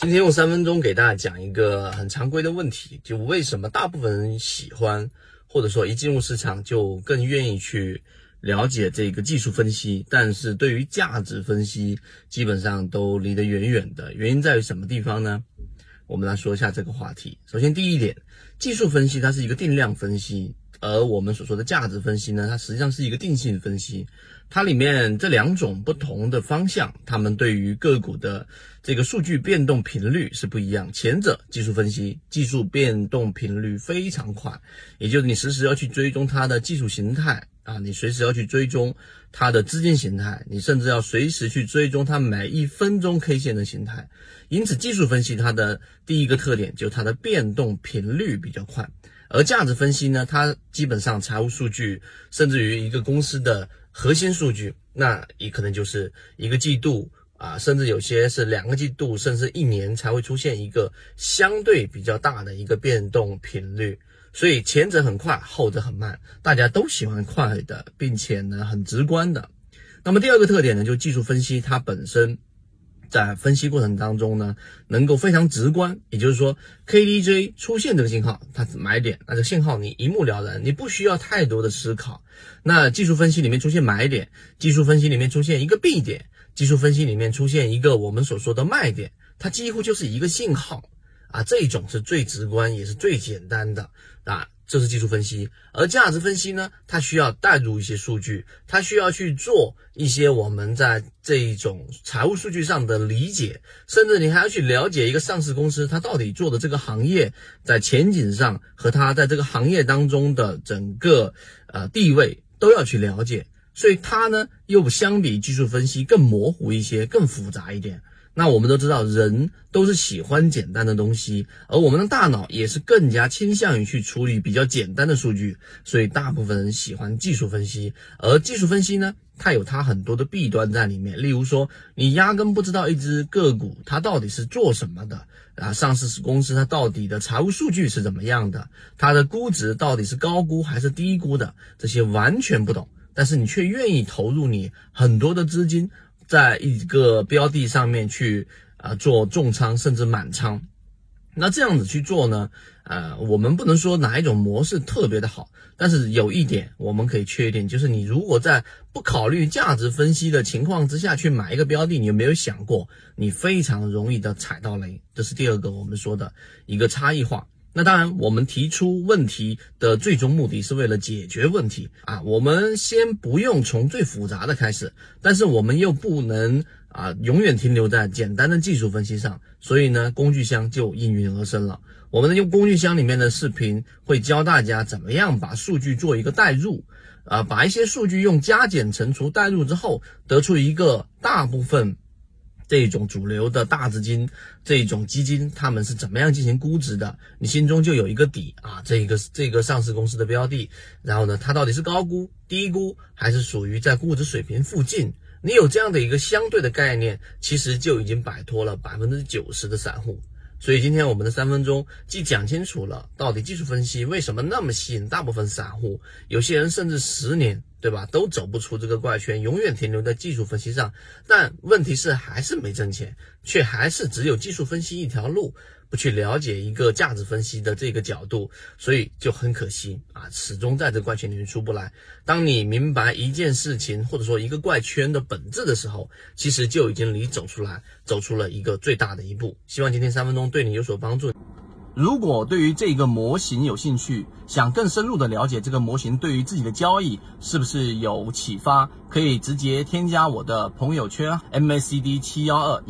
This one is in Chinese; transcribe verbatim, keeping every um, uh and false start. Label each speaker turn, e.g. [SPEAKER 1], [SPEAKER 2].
[SPEAKER 1] 今天用三分钟给大家讲一个很常规的问题，就为什么大部分人喜欢，或者说一进入市场就更愿意去了解这个技术分析，但是对于价值分析基本上都离得远远的。原因在于什么地方呢？我们来说一下这个话题。首先第一点，技术分析它是一个定量分析，而我们所说的价值分析呢，它实际上是一个定性分析。它里面这两种不同的方向，它们对于个股的这个数据变动频率是不一样。前者技术分析，技术变动频率非常快，也就是你时时要去追踪它的技术形态啊，你随时要去追踪它的资金形态，你甚至要随时去追踪它每一分钟 K 线的形态。因此技术分析它的第一个特点就是它的变动频率比较快，而价值分析呢，它基本上财务数据甚至于一个公司的核心数据，那也可能就是一个季度啊，甚至有些是两个季度甚至一年才会出现一个相对比较大的一个变动频率。所以前者很快，后者很慢，大家都喜欢快的，并且呢很直观的。那么第二个特点呢，就是技术分析它本身在分析过程当中呢，能够非常直观，也就是说 K D J 出现这个信号，它买点，那这个信号你一目了然，你不需要太多的思考。那技术分析里面出现买点，技术分析里面出现一个 B 点，技术分析里面出现一个我们所说的卖点，它几乎就是一个信号啊，这种是最直观也是最简单的啊，这是技术分析。而价值分析呢，它需要带入一些数据，它需要去做一些我们在这一种财务数据上的理解，甚至你还要去了解一个上市公司它到底做的这个行业在前景上和它在这个行业当中的整个呃地位都要去了解，所以它呢又相比技术分析更模糊一些，更复杂一点。那我们都知道人都是喜欢简单的东西，而我们的大脑也是更加倾向于去处理比较简单的数据，所以大部分人喜欢技术分析。而技术分析呢，它有它很多的弊端在里面，例如说你压根不知道一只个股它到底是做什么的啊，上市公司它到底的财务数据是怎么样的，它的估值到底是高估还是低估的，这些完全不懂，但是你却愿意投入你很多的资金在一个标的上面去啊、呃、做重仓甚至满仓。那这样子去做呢，呃，我们不能说哪一种模式特别的好，但是有一点我们可以确定，就是你如果在不考虑价值分析的情况之下去买一个标的，你有没有想过你非常容易的踩到雷？这是第二个我们说的一个差异化。那当然我们提出问题的最终目的是为了解决问题啊，我们先不用从最复杂的开始，但是我们又不能啊永远停留在简单的技术分析上，所以呢工具箱就应运而生了。我们用工具箱里面的视频会教大家怎么样把数据做一个代入啊，把一些数据用加减乘除代入之后，得出一个大部分这种主流的大资金这种基金他们是怎么样进行估值的，你心中就有一个底啊，这个这个上市公司的标的，然后呢它到底是高估低估还是属于在估值水平附近，你有这样的一个相对的概念，其实就已经摆脱了 百分之九十 的散户。所以今天我们的三分钟既讲清楚了到底技术分析为什么那么吸引大部分散户，有些人甚至十年对吧都走不出这个怪圈，永远停留在技术分析上，但问题是还是没挣钱，却还是只有技术分析一条路，不去了解一个价值分析的这个角度，所以就很可惜啊，始终在这怪圈里面出不来。当你明白一件事情或者说一个怪圈的本质的时候，其实就已经离走出来走出了一个最大的一步。希望今天三分钟对你有所帮助。如果对于这个模型有兴趣，想更深入的了解这个模型对于自己的交易是不是有启发，可以直接添加我的朋友圈 M A C D 七一二。